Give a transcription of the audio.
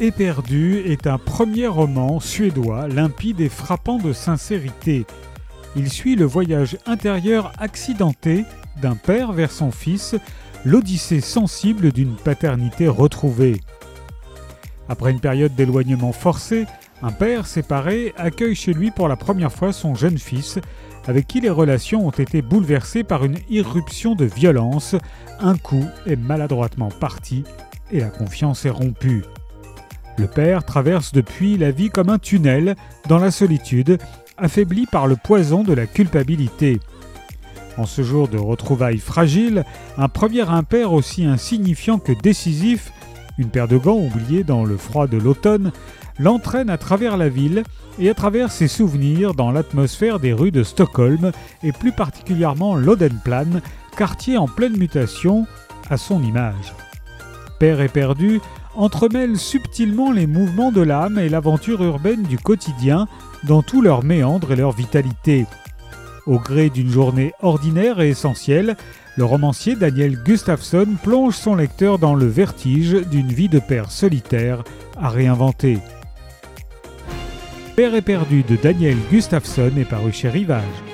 Éperdu est un premier roman suédois limpide et frappant de sincérité. Il suit le voyage intérieur accidenté d'un père vers son fils, l'odyssée sensible d'une paternité retrouvée. Après une période d'éloignement forcé, un père séparé accueille chez lui pour la première fois son jeune fils, avec qui les relations ont été bouleversées par une irruption de violence. Un coup est maladroitement parti et la confiance est rompue. Le père traverse depuis la vie comme un tunnel dans la solitude, affaibli par le poison de la culpabilité. En ce jour de retrouvailles fragiles, un premier impair aussi insignifiant que décisif, une paire de gants oubliés dans le froid de l'automne, l'entraîne à travers la ville et à travers ses souvenirs dans l'atmosphère des rues de Stockholm et plus particulièrement l'Odenplan, quartier en pleine mutation à son image. Père éperdu entremêle subtilement les mouvements de l'âme et l'aventure urbaine du quotidien dans tous leurs méandres et leur vitalité. Au gré d'une journée ordinaire et essentielle, le romancier Daniel Gustafsson plonge son lecteur dans le vertige d'une vie de père solitaire à réinventer. Père éperdu de Daniel Gustafsson est paru chez Rivage.